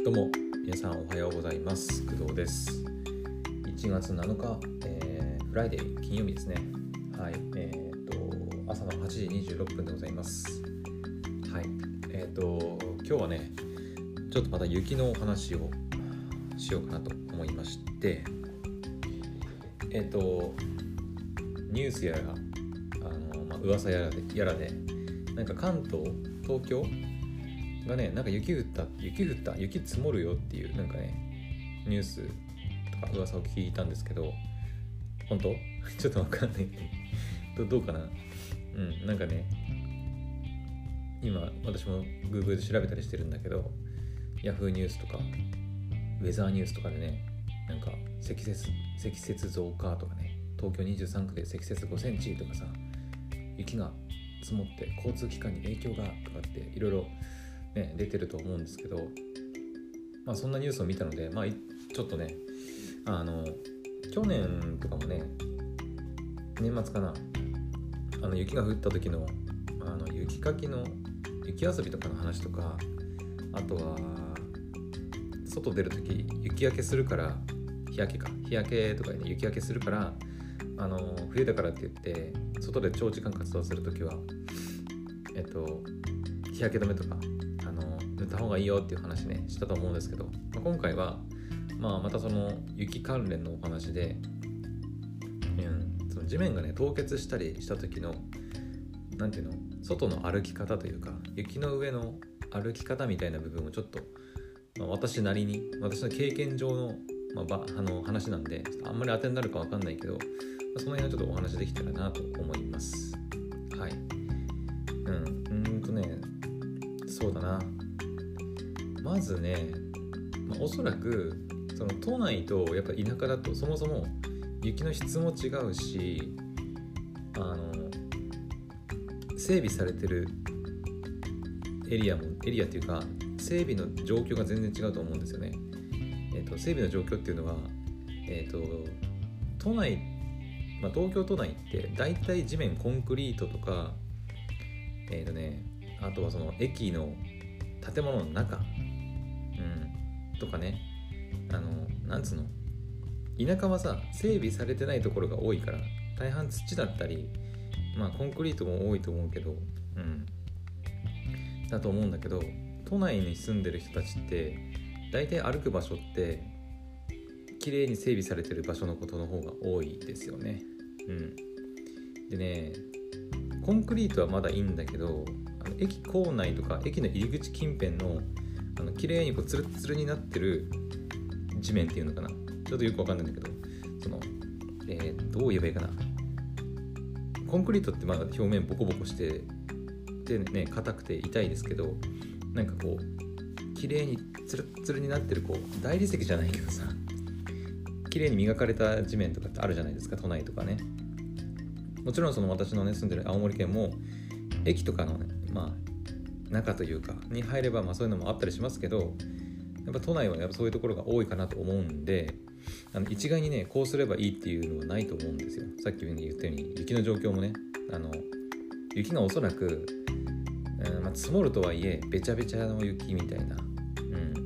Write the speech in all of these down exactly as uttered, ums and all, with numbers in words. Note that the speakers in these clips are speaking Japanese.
どうも皆さんおはようございます。工藤です。いちがつなのか、えー、フライデー金曜日ですね。はい、えー、と朝のはちじにじゅうろっぷんでございます。はい、えーと今日はねちょっとまた雪のお話をしようかなと思いまして、えーとニュースやらあの、まあ、噂やらでやらでなんか関東東京がね、なんか雪降った雪降った雪積もるよっていうなんかねニュースとか噂を聞いたんですけど、本当ちょっとわかんないどどうかな。うんなんかね今私も Google で調べたりしてるんだけど、 Yahoo ニュースとかウェザーニュースとかでね、なんか積雪積雪増加とかね、東京にじゅうさんくで積雪ごセンチとかさ、雪が積もって交通機関に影響がとかっていろいろね、出てると思うんですけど、まあそんなニュースを見たので、まあちょっとね、あの去年とかもね、年末かな、あの雪が降った時のあの雪かきの雪遊びとかの話とか、あとは外出る時雪焼けするから日焼けか日焼けとかね、雪焼けするからあの冬だからって言って外で長時間活動する時はえっと日焼け止めとか塗った方がいいよっていう話ねしたと思うんですけど、まあ、今回は、まあ、またその雪関連のお話で、うん、その地面がね凍結したりした時のなんていうの外の歩き方というか、雪の上の歩き方みたいな部分をちょっと、まあ、私なりに私の経験上の、まあ、ばあの話なんであんまり当てになるか分かんないけど、まあ、その辺はちょっとお話できたらなと思います。はい。うんうんとねそうだなまずね、まあ、おそらくその都内とやっぱ田舎だとそもそも雪の質も違うし、あの整備されてるエリアもエリアっていうか整備の状況が全然違うと思うんですよね。えーと、整備の状況っていうのは、えーと、都内、まあ、東京都内ってだいたい地面コンクリートとか、えーとね、あとはその駅の建物の中とかね、あのなんつうの田舎はさ整備されてないところが多いから大半土だったり、まあコンクリートも多いと思うけど、うんだと思うんだけど、都内に住んでる人たちって大体歩く場所って綺麗に整備されてる場所のことの方が多いですよね。うんでねコンクリートはまだいいんだけど、あの駅構内とか駅の入り口近辺のあの綺麗にこうツルッツルになってる地面っていうのかな、ちょっとよくわかんないんだけど、その、えー、どう言えばいいかな、コンクリートってまだ表面ボコボコしてでね硬くて痛いですけど、なんかこう綺麗にツルッツルになってるこう大理石じゃないけどさ、綺麗に磨かれた地面とかってあるじゃないですか、都内とかね。もちろんその私のね住んでる青森県も駅とかのねまあ中というかに入ればまあそういうのもあったりしますけど、やっぱ都内はやっぱそういうところが多いかなと思うんで、あの一概にねこうすればいいっていうのはないと思うんですよ。さっき言ったように雪の状況もね、あの雪がおそらく、うんまあ、積もるとはいえべちゃべちゃの雪みたいな、うん、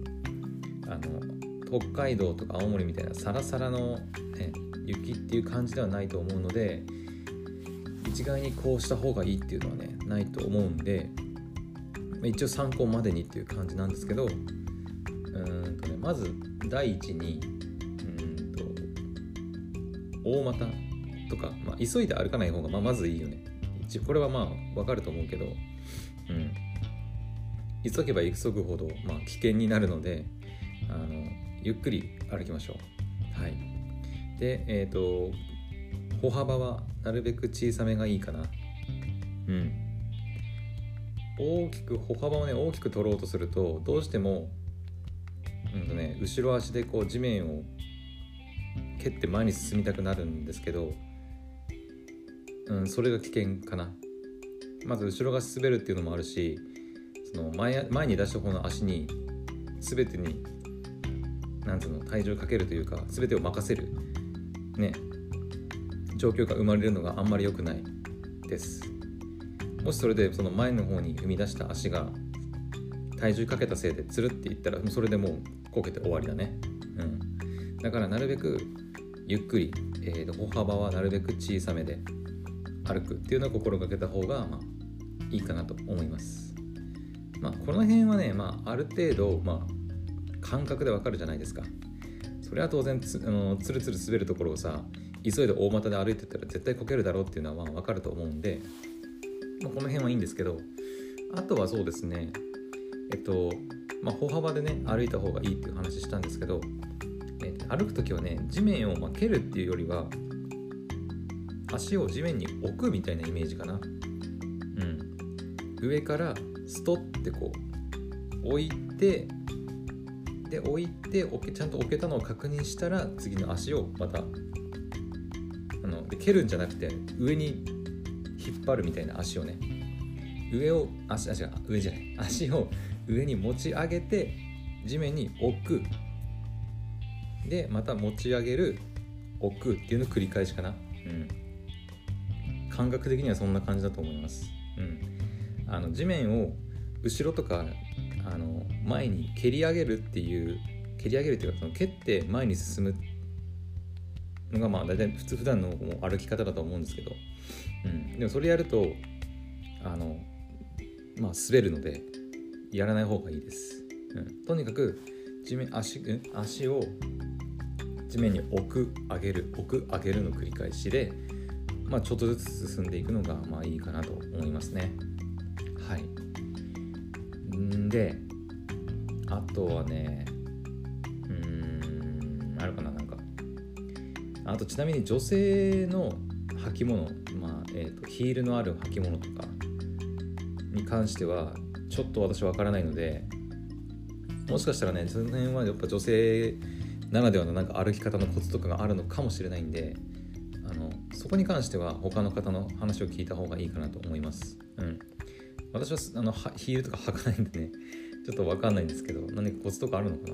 あの北海道とか青森みたいなサラサラの、ね、雪っていう感じではないと思うので、一概にこうした方がいいっていうのはねないと思うんで、一応参考までにっていう感じなんですけど、うーんと、ね、まず第一にうーんと大股とか、まあ、急いで歩かない方がまあまずいいよね。一応これはまあわかると思うけど、うん、急げば急ぐほど、まあ、危険になるので、あのゆっくり歩きましょう。はい。で、えっと歩幅はなるべく小さめがいいかな。うん大きく歩幅をね大きく取ろうとするとどうしても、うんとね、後ろ足でこう地面を蹴って前に進みたくなるんですけど、うん、それが危険かな。まず後ろが滑るっていうのもあるし、その 前, 前に出した方の足に全てになんつうの体重をかけるというか全てを任せるね状況が生まれるのがあんまり良くないです。もしそれでその前の方に踏み出した足が体重かけたせいでつるっていったらもうそれでもうこけて終わりだね、うん、だからなるべくゆっくり、えー、と歩幅はなるべく小さめで歩くっていうのを心がけた方が、まあ、いいかなと思います。まあこの辺はね、まあ、ある程度、まあ、感覚でわかるじゃないですか。それは当然 つ, あのつるつる滑るところをさ急いで大股で歩いてったら絶対こけるだろうっていうのはまあ分かると思うんで、まあ、この辺はいいんですけど、あとはそうですねえっとまあ歩幅でね歩いた方がいいっていう話したんですけど、え歩くときはね地面をまあ蹴るっていうよりは足を地面に置くみたいなイメージかな。うん、上からストってこう置いてで置いて置けちゃんと置けたのを確認したら次の足をまたあので蹴るんじゃなくて上に引っ張るみたいな足をね上を足足が上じゃない足を上に持ち上げて地面に置くでまた持ち上げる置くっていうのを繰り返しかな。うん感覚的にはそんな感じだと思います。うん、あの地面を後ろとかあの前に蹴り上げるっていう蹴り上げるっていうかその蹴って前に進むのがまあ大体普通普段の歩き方だと思うんですけど、うん、でもそれやるとあのまあ滑るのでやらない方がいいです。うん、とにかく地面 足, 足を地面に置く上げる置く上げるの繰り返しで。まあ、ちょっとずつ進んでいくのがまあいいかなと思いますね。はい。んで、あとはね、うーん、あるかななんか。あとちなみに女性の履物、まあえーと、ヒールのある履物とかに関してはちょっと私わからないので、もしかしたらね、その辺はやっぱ女性ならではのなんか歩き方のコツとかがあるのかもしれないんで。あのそこに関しては他の方の話を聞いた方がいいかなと思います。うん、私はあのヒールとか履かないんでねちょっと分かんないんですけど何かコツとかあるのかな。うん、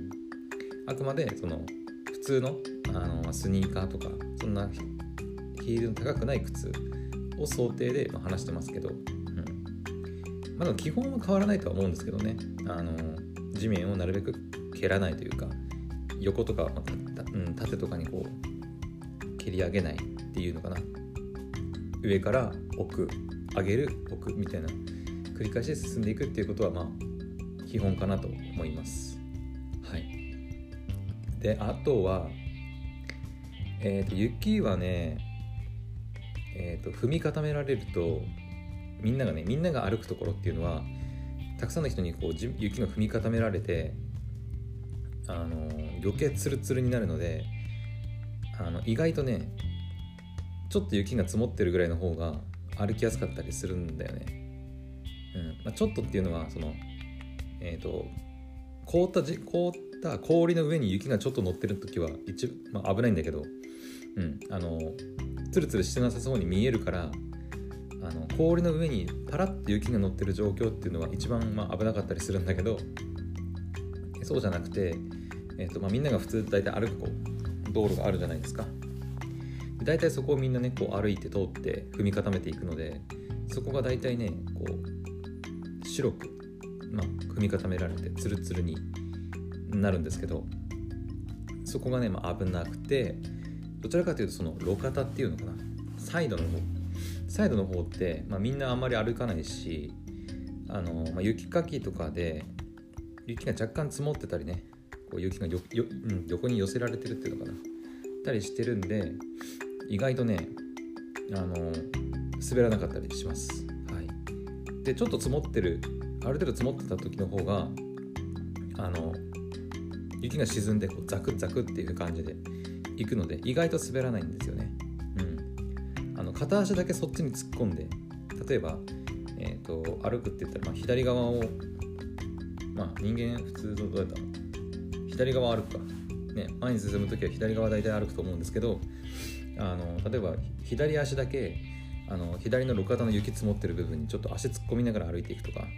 あくまでその普通の、あのスニーカーとかそんなヒールの高くない靴を想定で話してますけど、うんまあ、基本は変わらないとは思うんですけどね。あの地面をなるべく蹴らないというか横とか、うん、縦とかにこう蹴り上げないっていうのかな。上から置く上げる置くみたいな繰り返しで進んでいくっていうことはまあ基本かなと思います。はい。であとはえっと雪はねえっと踏み固められるとみんながねみんなが歩くところっていうのはたくさんの人にこう雪が踏み固められてあの余計ツルツルになるのであの意外とねちょっと雪が積もってるぐらいの方が歩きやすかったりするんだよね。うんまあ、ちょっとっていうのはそのえっと凍ったじ凍った氷の上に雪がちょっと乗ってる時は一、まあ、危ないんだけど、うん、あのツルツルしてなさそうに見えるからあの氷の上にパラッと雪が乗ってる状況っていうのは一番、まあ、危なかったりするんだけどそうじゃなくて、えーとまあ、みんなが普通大体歩くこう道路があるじゃないですか。だいたいそこをみんなねこう歩いて通って踏み固めていくのでそこがだいたいねこう白く、まあ、踏み固められてツルツルになるんですけどそこがね、まあ、危なくてどちらかというとその路肩っていうのかなサイドの方サイドの方って、まあ、みんなあんまり歩かないしあの、まあ、雪かきとかで雪が若干積もってたりねこう雪がよよ、うん、横に寄せられてるっていうのかなたりしてるんで意外とねあの滑らなかったりします。はい、でちょっと積もってるある程度積もってた時の方があの雪が沈んでこうザクザクっていう感じで行くので意外と滑らないんですよね。うん、あの片足だけそっちに突っ込んで例えば、えー、と歩くって言ったら、まあ、左側をまあ人間普通どうやったの左側歩くか、ね、前に進むときは左側大体歩くと思うんですけどあの例えば左足だけあの左の路肩の雪積もってる部分にちょっと足突っ込みながら歩いていくとか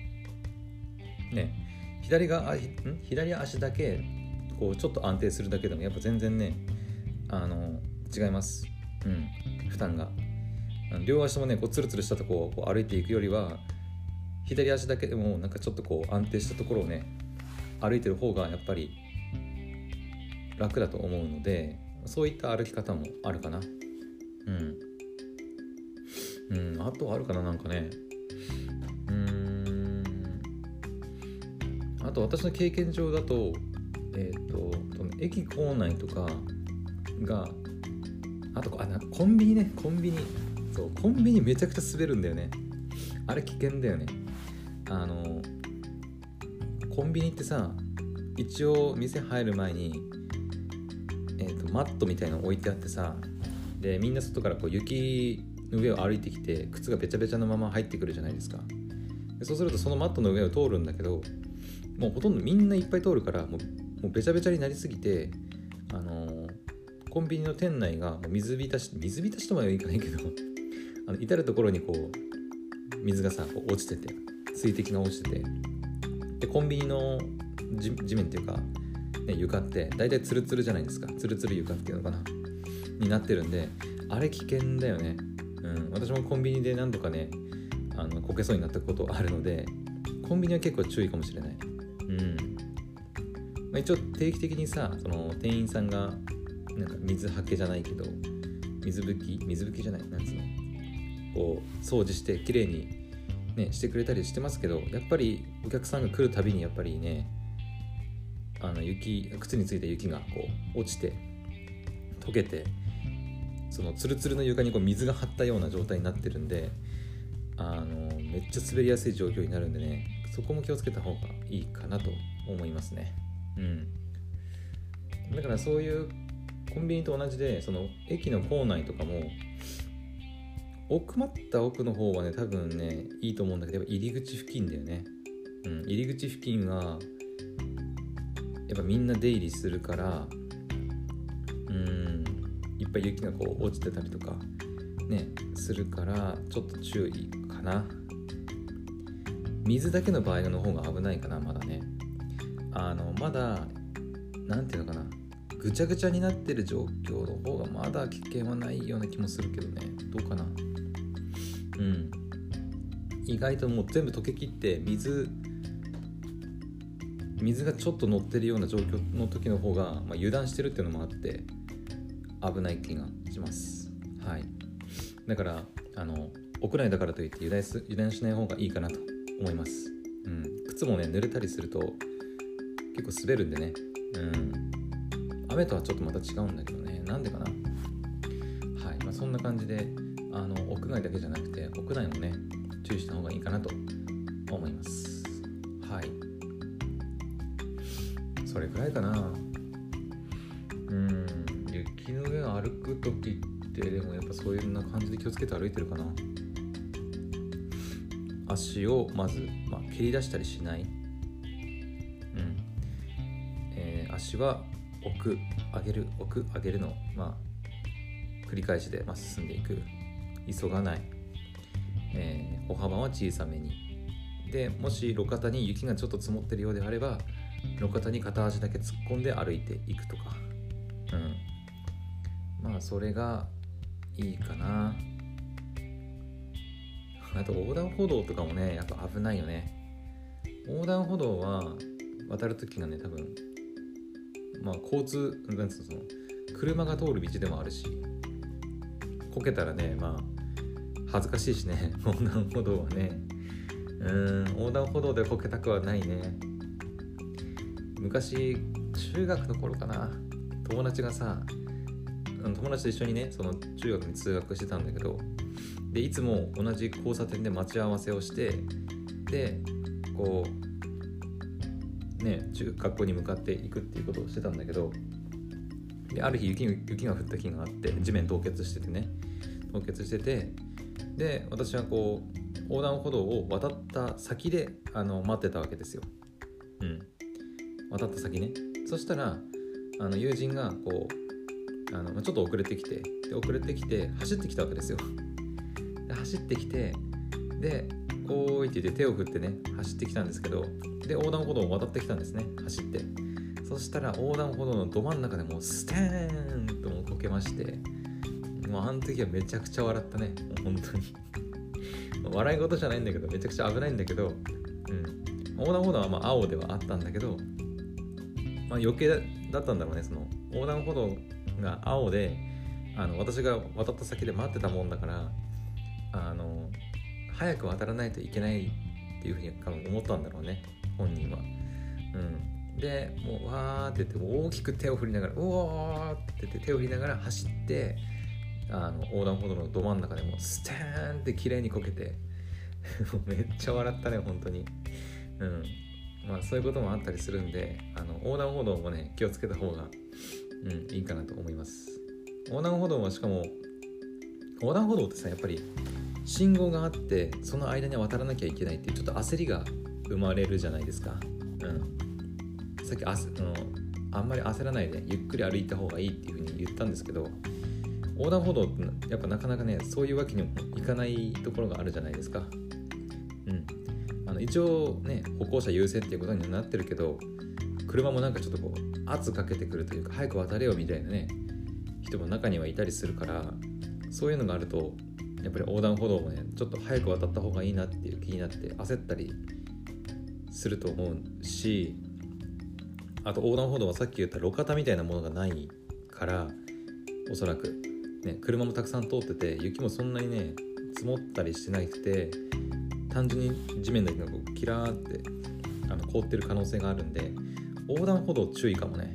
ね左がん左足だけこうちょっと安定するだけでもやっぱ全然ねあの違います、うん、負担が両足ともねこうツルツルしたとこをこう歩いていくよりは左足だけでもなんかちょっとこう安定したところをね歩いてる方がやっぱり楽だと思うので、そういった歩き方もあるかな。うん、うん、あとはあるかな、なんかね、うーんあと私の経験上だとえっ、ー、と駅構内とかがあとあなコンビニねコンビニそうコンビニめちゃくちゃ滑るんだよね。あれ危険だよね。あのコンビニってさ、一応店入る前に、えーと、マットみたいなの置いてあってさ、でみんな外からこう雪の上を歩いてきて靴がべちゃべちゃのまま入ってくるじゃないですか。でそうするとそのマットの上を通るんだけど、もうほとんどみんないっぱい通るからもう、もうべちゃべちゃになりすぎて、あのー、コンビニの店内がもう水浸し水浸しとまではいかないけどあの至る所にこう水がさこう落ちてて、水滴が落ちてて、でコンビニの地, 地面っていうか、ね、床って大体ツルツルじゃないですか。ツルツル床っていうのかなになってるんで、あれ危険だよね。うん、私もコンビニで何度かねあのこけそうになったことあるので、コンビニは結構注意かもしれない。うん、まあ、一応定期的にさ、その店員さんがなんか水はけじゃないけど水拭き水拭きじゃないなんつうのこう掃除してきれいにねしてくれたりしてますけど、やっぱりお客さんが来るたびにやっぱりね、あの雪靴についた雪がこう落ちて溶けて、そのツルツルの床にこう水が張ったような状態になってるんで、あのめっちゃ滑りやすい状況になるんでね、そこも気をつけた方がいいかなと思いますね。うん。だからそういうコンビニと同じで、その駅の構内とかも奥まった奥の方はね多分ねいいと思うんだけど、入り口付近だよね。うん、入り口付近はやっぱみんな出入りするから、うーんいっぱい雪がこう落ちてたりとかねするから、ちょっと注意かな。水だけの場合の方が危ないかな。まだねあのまだなんていうのかな、ぐちゃぐちゃになってる状況の方がまだ危険はないような気もするけどね。どうかな。うん、意外ともう全部溶けきって水水がちょっと乗ってるような状況の時の方が、まあ、油断してるっていうのもあって危ない気がします。はい。だからあの屋内だからといって油断す油断しない方がいいかなと思います。うん、靴もね濡れたりすると結構滑るんでね。うん。雨とはちょっとまた違うんだけどね。なんでかな。はい。まあ、そんな感じであの屋外だけじゃなくて屋内もね注意した方がいいかなと思います。はい。それくらいかな。うん。雪の上を歩くときってでもやっぱそういうな感じで気をつけて歩いてるかな。足をまず、まあ、蹴り出したりしない。うん。えー、足は置く上げる置く上げるのまあ繰り返しで、まあ、進んでいく。急がない、えー、歩幅は小さめにで、もし路肩に雪がちょっと積もってるようであれば路肩に片足だけ突っ込んで歩いていくとか、うん、まあそれがいいかな。あと横断歩道とかもねやっぱ危ないよね。横断歩道は渡るときがね多分まあ交通なんつうの、その車が通る道でもあるし、こけたらねまあ恥ずかしいしね横断歩道はね、うーん横断歩道でこけたくはないね。昔中学の頃かな、友達がさ友達と一緒にねその中学に通学してたんだけど、でいつも同じ交差点で待ち合わせをして、でこうね中学校に向かっていくっていうことをしてたんだけど、である日 雪, 雪が降った日があって、地面凍結しててね凍結してて、で私はこう横断歩道を渡った先であの待ってたわけですよ。うん、渡った先ね。そしたらあの友人がこうあのちょっと遅れてきて、で遅れてきて走ってきたわけですよ。で走ってきて、でおーいって言って手を振ってね走ってきたんですけど、で横断歩道を渡ってきたんですね、走って。そしたら横断歩道のど真ん中でもうステーンともこけまして、もうあの時はめちゃくちゃ笑ったね。もう本当に笑い事じゃないんだけど、めちゃくちゃ危ないんだけど、うん、横断歩道はまあ青ではあったんだけど、まあ、余計だったんだろうね。その横断歩道が青で、あの私が渡った先で待ってたもんだから、あの早く渡らないといけないっていうふうに多分思ったんだろうね、本人は。うん、でもうわーって言って大きく手を振りながら、うおーって言って手を振りながら走って、あの横断歩道のど真ん中でもうステーンって綺麗にこけてめっちゃ笑ったね、本当に。うん、まあそういうこともあったりするんで、あの横断歩道もね気をつけた方が、うん、いいかなと思います。横断歩道はしかも横断歩道ってさ、やっぱり信号があってその間に渡らなきゃいけないっていうちょっと焦りが生まれるじゃないですか。うん、さっきあすあのあんまり焦らないでゆっくり歩いた方がいいっていうふうに言ったんですけど、横断歩道ってやっぱなかなかねそういうわけにもいかないところがあるじゃないですか。うん、あの一応ね歩行者優先っていうことにはなってるけど、車もなんかちょっとこう圧かけてくるというか、早く渡れよみたいなね人も中にはいたりするから、そういうのがあるとやっぱり横断歩道もねちょっと早く渡った方がいいなっていう気になって焦ったりすると思うし、あと横断歩道はさっき言った路肩みたいなものがないから、おそらくね車もたくさん通ってて、雪もそんなにね積もったりしてなくて、単純に地面だけがこうキラーってあの凍ってる可能性があるんで、横断歩道注意かもね。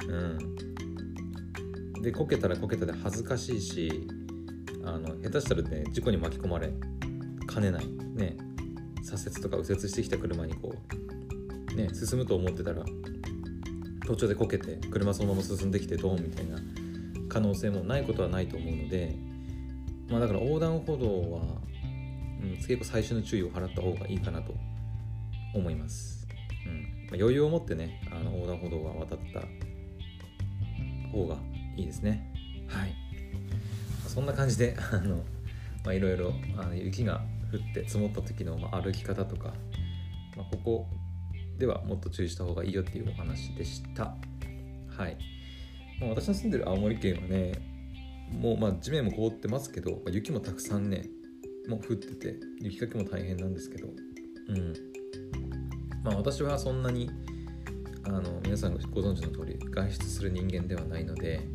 うんでこけたらこけたで恥ずかしいし、あの下手したらね事故に巻き込まれかねないね。左折とか右折してきた車にこうね進むと思ってたら途中でこけて車そのまま進んできてドーンみたいな可能性もないことはないと思うので、まあだから横断歩道は、うん、結構最初の注意を払った方がいいかなと思います。うんまあ、余裕を持ってねあの横断歩道は渡った方がいいですね。はい。そんな感じであの、まあ、いろいろあの雪が降って積もった時の、まあ、歩き方とか、まあ、ここではもっと注意した方がいいよっていうお話でした。はい。まあ、私の住んでる青森県はね、もうまあ地面も凍ってますけど、まあ、雪もたくさんねもう降ってて雪かきも大変なんですけど、うんまあ私はそんなにあの皆さんがご存知の通り外出する人間ではないので、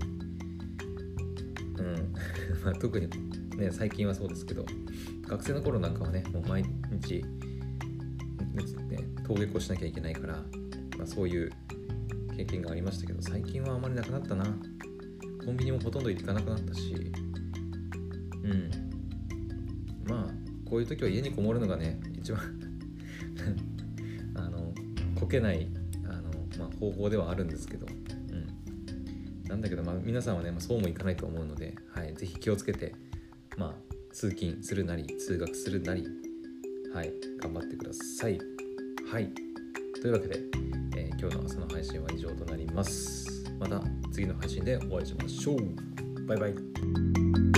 うんまあ、特にね最近はそうですけど、学生の頃なんかはねもう毎日、ね、登下校しなきゃいけないから、まあ、そういう経験がありましたけど、最近はあまりなくなったな。コンビニもほとんど行かなくなったし、うんまあこういう時は家にこもるのがね一番あのこけないあの、まあ、方法ではあるんですけど、うん、なんだけど、まあ、皆さんはね、まあ、そうもいかないと思うので、はい、ぜひ気をつけて、まあ、通勤するなり通学するなり、はい、頑張ってください。はい、というわけで、えー、今日の朝の配信は以上となります。また次の配信でお会いしましょう。バイバイ。